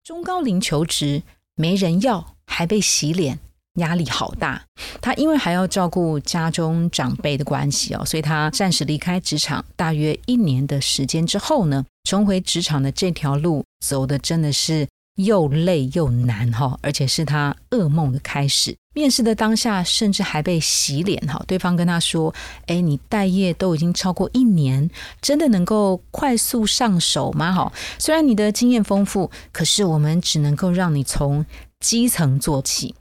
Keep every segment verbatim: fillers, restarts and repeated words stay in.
中高龄求职没人要，还被洗脸，压力好大。他因为还要照顾家中长辈的关系哦，所以他暂时离开职场大约一年的时间之后呢，重回职场的这条路走的真的是又累又难，而且是他噩梦的开始。面试的当下甚至还被洗脸，对方跟他说，哎，你待业都已经超过一年，真的能够快速上手吗？虽然你的经验丰富，可是我们只能够让你从基层做起。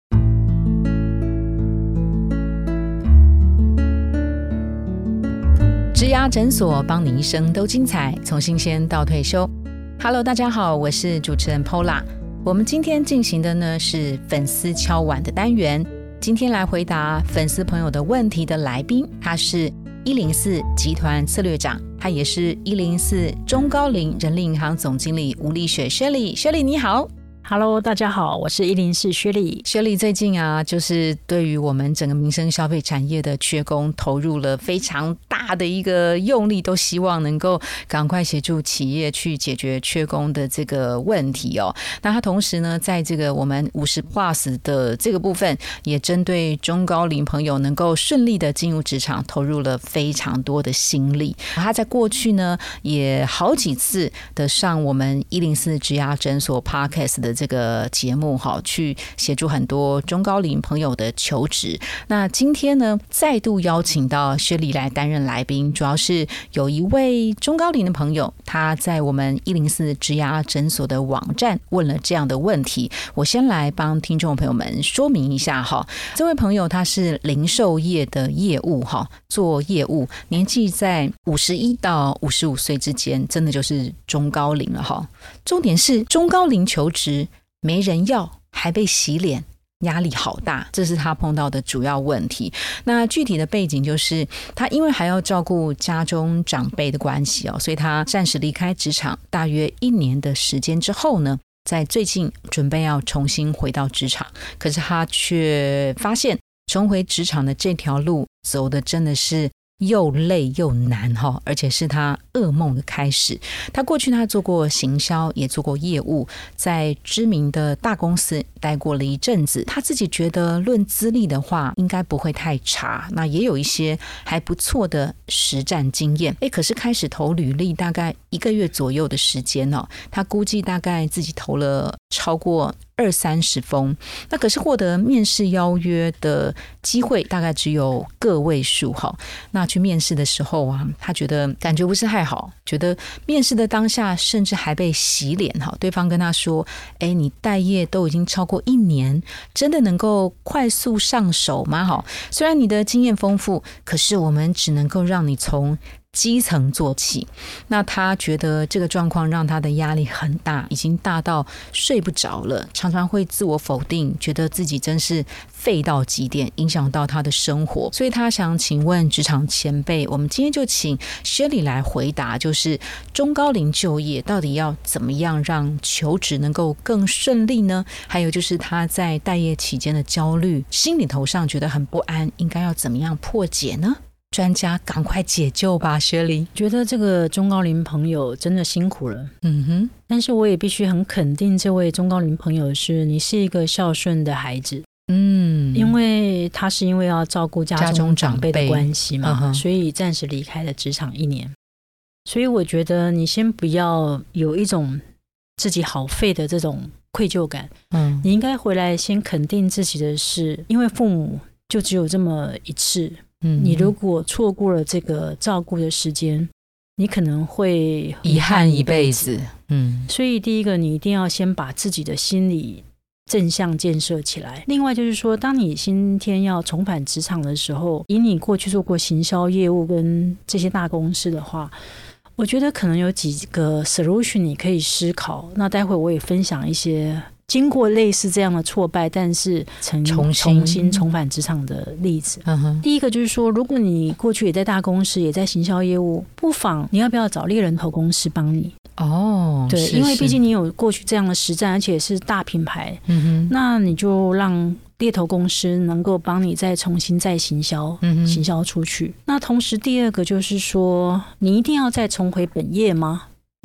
职涯诊所，帮你一生都精彩，从新鲜到退休。Hello， 大家好，我是主持人 Paula。我们今天进行的呢是粉丝敲碗的单元。今天来回答粉丝朋友的问题的来宾，他是一零四集团策略长，他也是一零四中高龄人力银行总经理吴丽雪 Shirley。Shirley 你好。 Hello， 大家好，我是一零四薛丽。 薛丽最近啊，就是对于我们整个民生消费产业的缺工投入了非常大的一个用力，都希望能够赶快协助企业去解决缺工的这个问题哦。那他同时呢，在这个我们五十 plus 的这个部分，也针对中高龄朋友能够顺利的进入职场，投入了非常多的心力。他在过去呢，也好几次的上我们一零四职涯诊所 Podcast 的这个节目去协助很多中高龄朋友的求职。那今天呢，再度邀请到薛丽来担任来宾，主要是有一位中高龄的朋友，他在我们一零四职涯诊所的网站问了这样的问题。我先来帮听众朋友们说明一下哈，这位朋友他是零售业的业务哈，做业务，年纪在五十一到五十五岁之间，真的就是中高龄了哈。重点是中高龄求职没人要，还被洗脸，压力好大，这是他碰到的主要问题。那具体的背景就是他因为还要照顾家中长辈的关系哦，所以他暂时离开职场大约一年的时间之后呢，在最近准备要重新回到职场，可是他却发现重回职场的这条路走的真的是又累又难，而且是他噩梦的开始。他过去他做过行销，也做过业务，在知名的大公司待过了一阵子，他自己觉得论资历的话应该不会太差，那也有一些还不错的实战经验。诶，可是开始投履历大概一个月左右的时间哦，他估计大概自己投了超过二三十封，那可是获得面试邀约的机会大概只有个位数哈。那去面试的时候啊，他觉得感觉不是太好，觉得面试的当下甚至还被洗脸哈。对方跟他说，哎，你待业都已经超过一年，真的能够快速上手吗？哈，虽然你的经验丰富，可是我们只能够让你从基层做起。那他觉得这个状况让他的压力很大，已经大到睡不着了，常常会自我否定，觉得自己真是废到极点，影响到他的生活。所以他想请问职场前辈，我们今天就请 Shirley 来回答，就是中高龄就业到底要怎么样让求职能够更顺利呢？还有就是他在待业期间的焦虑，心里头上觉得很不安，应该要怎么样破解呢？专家赶快解救吧，薛丽。 觉得这个中高龄朋友真的辛苦了， 嗯哼。 但是我也必须很肯定这位中高龄朋友是你是一个孝顺的孩子， 嗯， 因为他是因为要照顾家中长辈的关系嘛， 嗯、 所以暂时离开了职场一年。所以我觉得你先不要有一种自己好废的这种愧疚感，嗯，你应该回来先肯定自己的事，因为父母就只有这么一次。你如果错过了这个照顾的时间，你可能会遗憾一辈子。嗯， 所以第一个，你一定要先把自己的心理正向建设起来。另外就是说，当你今天要重返职场的时候，以你过去做过行销业务跟这些大公司的话，我觉得可能有几个 solution 你可以思考。那待会我也分享一些经过类似这样的挫败，但是曾重新重新重返职场的例子。嗯、第一个就是说，如果你过去也在大公司，也在行销业务，不妨你要不要找猎人头公司帮你？ 哦， 对， 是是， 因为毕竟你有过去这样的实战，而且是大品牌，嗯哼，那你就让猎头公司能够帮你再重新再行销，嗯、行销出去。那同时第二个就是说，你一定要再重回本业吗？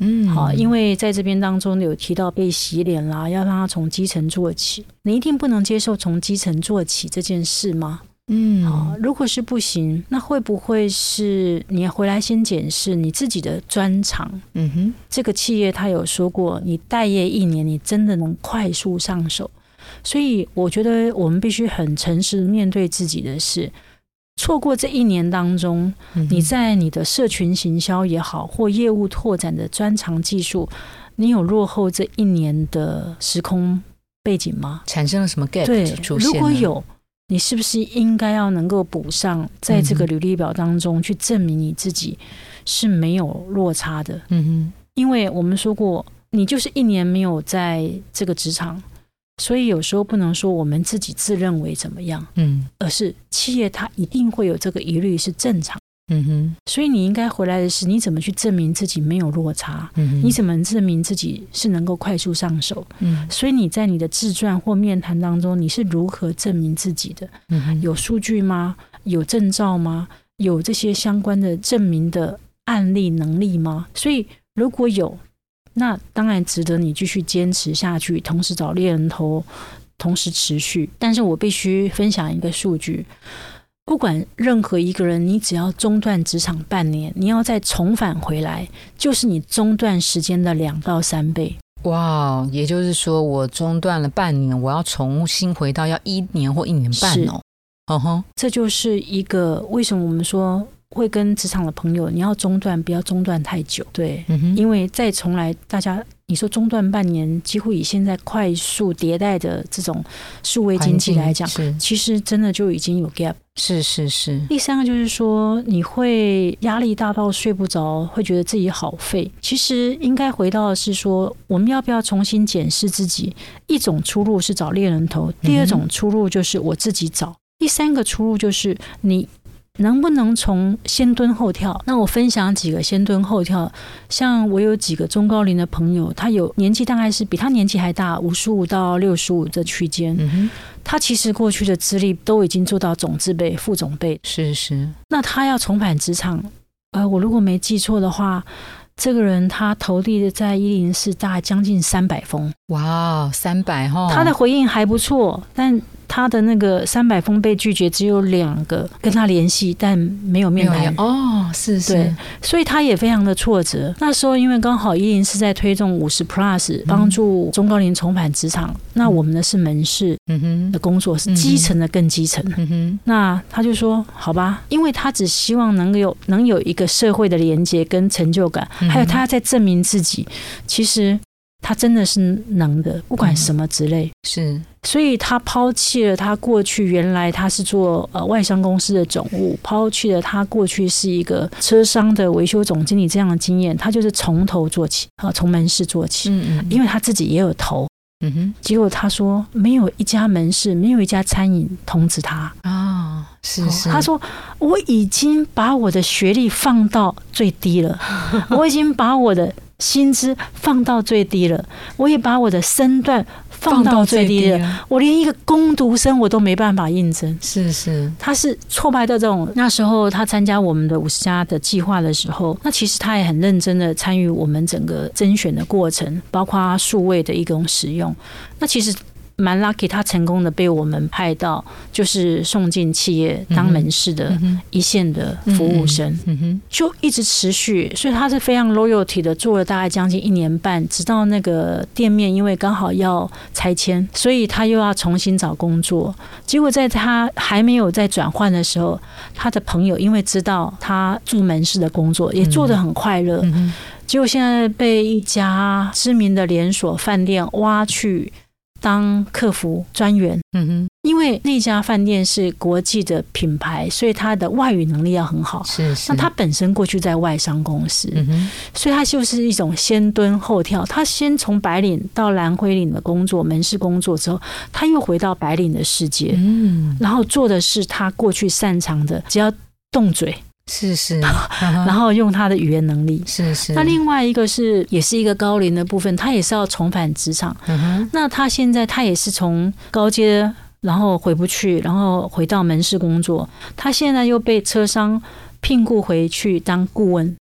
嗯，好，因为在这边当中有提到被洗脸啦，要让他从基层做起，你一定不能接受从基层做起这件事吗？嗯，好，如果是不行，那会不会是你回来先检视你自己的专长？嗯哼，这个企业他有说过，你待业一年，你真的能快速上手。所以我觉得我们必须很诚实面对自己的事。错过这一年当中，嗯、你在你的社群行销也好，或业务拓展的专长技术，你有落后这一年的时空背景吗？ 产生了什么 gap 对， 出现？ 如果有，你是不是应该要能够补上，在这个履历表当中去证明你自己是没有落差的？嗯哼，因为我们说过，你就是一年没有在这个职场。所以有时候不能说我们自己自认为怎么样，嗯，而是企业它一定会有这个疑虑是正常，嗯哼。所以你应该回来的是，你怎么去证明自己没有落差？嗯，你怎么证明自己是能够快速上手？嗯，所以你在你的自传或面谈当中，你是如何证明自己的？嗯，有数据吗？有证照吗？有这些相关的证明的案例能力吗？所以如果有，那当然值得你继续坚持下去，同时找猎人头，同时持续。但是我必须分享一个数据，不管任何一个人，你只要中断职场半年，你要再重返回来，就是你中断时间的两到三倍。 哇，也就是说我中断了半年，我要重新回到要一年或一年半哦。Uh-huh. 这就是一个为什么我们说会跟职场的朋友，你要中断，不要中断太久，对，嗯、因为再重来，大家你说中断半年，几乎以现在快速迭代的这种数位经济来讲，其实真的就已经有 gap。 是是是。 第三个就是说，你会压力大到睡不着，会觉得自己好废。其实应该回到的是说，我们要不要重新检视自己？一种出路是找猎人头，第二种出路就是我自己找。嗯，第三个出路就是你能不能从先蹲后跳。那我分享几个先蹲后跳，像我有几个中高龄的朋友，他有年纪大概是比他年纪还大，五十五到六十五这区间，嗯，他其实过去的资历都已经做到总字辈、副总辈， 是是。 那他要重返职场，呃，我如果没记错的话，这个人他投递的在一零四大概将近三百封。 哇，三百哈， 他的回应还不错，但他的那个三百封被拒绝，只有两个跟他联系，但没有面谈。 哦，是是， 对，所以他也非常的挫折。那时候因为刚好一零是在推动五十 plus， 帮助中高龄重返职场，嗯，那我们的是门市的工作，嗯，是基层的更基层。嗯哼，那他就说好吧，因为他只希望能有能有一个社会的连结跟成就感，嗯，还有他在证明自己，其实他真的是能的，不管什么之类，嗯， 是。 所以他抛弃了他过去原来他是做呃外商公司的总务，抛弃了他过去是一个车商的维修总经理这样的经验，他就是从头做起，呃，从门市做起，嗯嗯，因为他自己也有投，嗯哼，结果他说没有一家门市，没有一家餐饮通知他啊， 哦，是是， 他说我已经把我的学历放到最低了，我已经把我的薪资放到最低了，我也把我的身段放到最低了，低我连一个工读生我都没办法应征。 是是， 他是挫败的这种。那时候他参加我们的五十家的计划的时候，那其实他也很认真的参与我们整个甄选的过程，包括数位的一种使用。那其实蛮 lucky， 他成功的被我们派到就是送进企业当门市的一线的服务生，嗯嗯，就一直持续，所以他是非常 loyalty 的，做了大概将近一年半，直到那个店面因为刚好要拆迁，所以他又要重新找工作。结果在他还没有在转换的时候，他的朋友因为知道他做门市的工作也做得很快乐，嗯嗯，结果现在被一家知名的连锁饭店挖去当客服专员，嗯哼，因为那家饭店是国际的品牌，所以他的外语能力要很好。 是是， 那他本身过去在外商公司，嗯哼，所以他就是一种先蹲后跳。他先从白领到蓝灰领的工作，门市工作之后，他又回到白领的世界，嗯，然后做的是他过去擅长的，只要动嘴。 是是， 然后用他的语言能力， 是是。 那另外一个是，也是一个高龄的部分，他也是要重返职场。嗯，那他现在他也是从高阶，然后回不去，然后回到门市工作。他现在又被车商聘雇回去当顾问。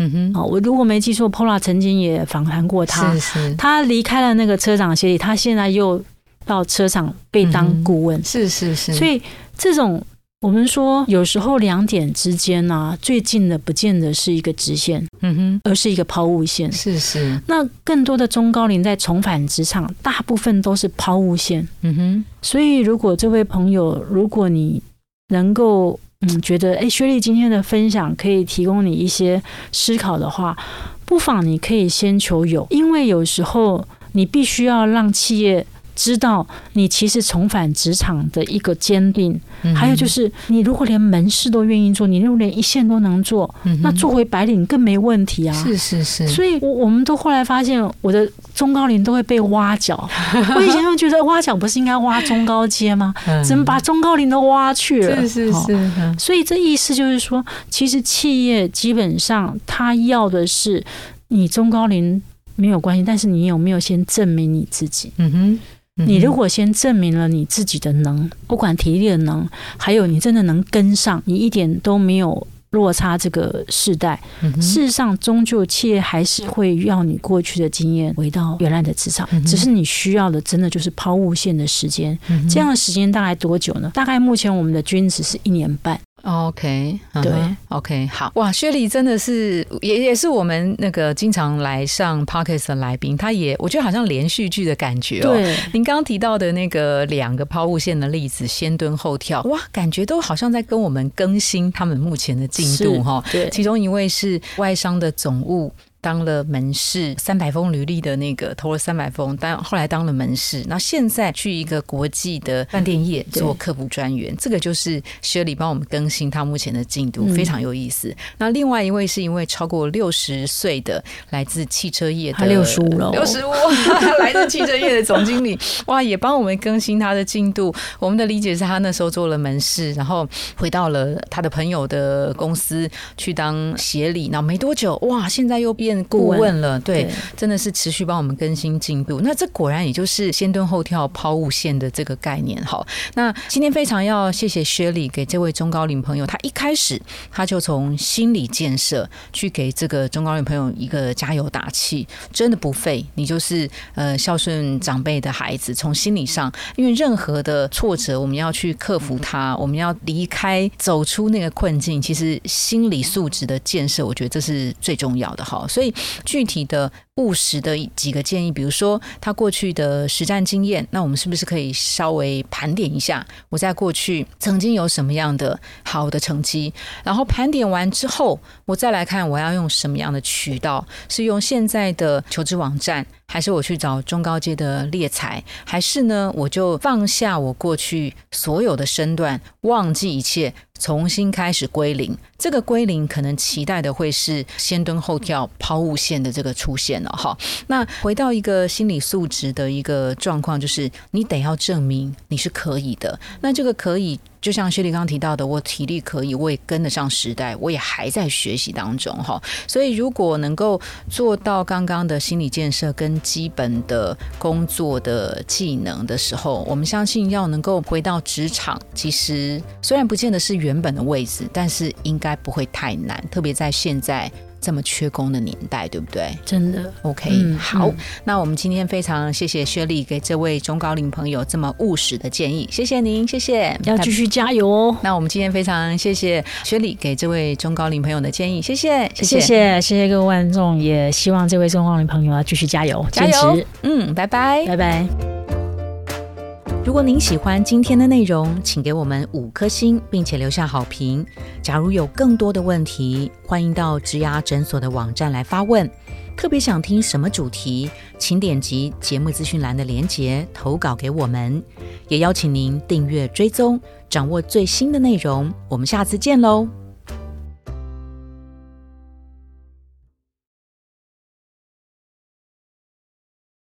嗯哼，哦，我如果没记错 Paula 曾经也访谈过他， 是是， 他离开了那个车长协理，他现在又到车厂被当顾问，嗯、 是是是， 所以这种我们说有时候两点之间啊，最近的不见得是一个直线，嗯哼，而是一个抛物线， 是是。那更多的中高龄在重返职场，大部分都是抛物线，嗯哼。所以如果这位朋友，如果你能够嗯觉得哎，薛莉今天的分享可以提供你一些思考的话，不妨你可以先求有，因为有时候你必须要让企业知道你其实重返职场的一个坚定、嗯、还有就是你如果连门市都愿意做，你如果连一线都能做、嗯、那做回白领更没问题啊。 是是是， 所以我们都后来发现我的中高龄都会被挖角我以前就觉得挖角不是应该挖中高阶吗、嗯、怎么把中高龄都挖去了？是是是、哦、所以这意思就是说其实企业基本上他要的是你中高龄没有关系，但是你有没有先证明你自己？嗯哼，你如果先证明了你自己的能，不管体力的能，还有你真的能跟上，你一点都没有落差这个世代、嗯、事实上终究企业还是会要你过去的经验回到原来的职场、嗯、只是你需要的真的就是抛物线的时间、嗯、这样的时间大概多久呢？大概目前我们的均值是一年半。 OK， 对、 uh-huh, OK， 好哇，薛莉真的是也也是我们那个经常来上 Podcast 的来宾，他也我觉得好像连续剧的感觉哦。对，您刚刚提到的那个两个抛物线的例子，先蹲后跳，哇，感觉都好像在跟我们更新他们目前的进度哈。对，其中一位是外商的总务。当了门市，三百封履历的那个投了三百封，但后来当了门市，然后现在去一个国际的饭店业做客服专员，这个就是薛莉帮我们更新他目前的进度、嗯、非常有意思。那另外一位是一位超过六十岁的来自汽车业的， 他六十五了， 六十五来自汽车业的总经理，哇，也帮我们更新他的进度。我们的理解是他那时候做了门市，然后回到了他的朋友的公司去当协理，然后没多久，哇，现在又变顾问了， 对, 对，真的是持续帮我们更新进度。那这果然也就是先蹲后跳抛物线的这个概念。好，那今天非常要谢谢薛莉给这位中高龄朋友，他一开始他就从心理建设去给这个中高龄朋友一个加油打气，真的不废。你就是呃孝顺长辈的孩子，从心理上，因为任何的挫折我们要去克服它，我们要离开走出那个困境，其实心理素质的建设我觉得这是最重要的。好，所以具体的务实的几个建议，比如说他过去的实战经验，那我们是不是可以稍微盘点一下我在过去曾经有什么样的好的成绩，然后盘点完之后我再来看我要用什么样的渠道，是用现在的求职网站，还是我去找中高阶的猎才，还是呢我就放下我过去所有的身段，忘记一切，重新开始归零。这个归零可能期待的会是先蹲后跳抛物线的这个出现了哈。那回到一个心理素质的一个状况，就是你得要证明你是可以的。那这个可以就像薛莉刚刚提到的，我体力可以，我也跟得上时代，我也还在学习当中哈。所以如果能够做到刚刚的心理建设跟基本的工作的技能的时候，我们相信要能够回到职场，其实虽然不见得是原本的位置，但是应该不会太难，特别在现在这么缺工的年代，对不对？ 真的 OK、嗯、好、嗯、那我们今天非常谢谢薛莉给这位中高龄朋友这么务实的建议，谢谢您，谢谢， 要继续加油哦。 那我们今天非常谢谢薛莉给这位中高龄朋友的建议，谢谢谢谢谢谢谢谢各位观众，也希望这位中高龄朋友要继续加油加油，嗯，拜拜拜拜。 如果您喜欢今天的内容，请给我们五颗星，并且留下好评。假如有更多的问题，欢迎到职涯诊所的网站来发问。特别想听什么主题，请点击节目资讯栏的连结投稿给我们。也邀请您订阅追踪，掌握最新的内容。我们下次见喽。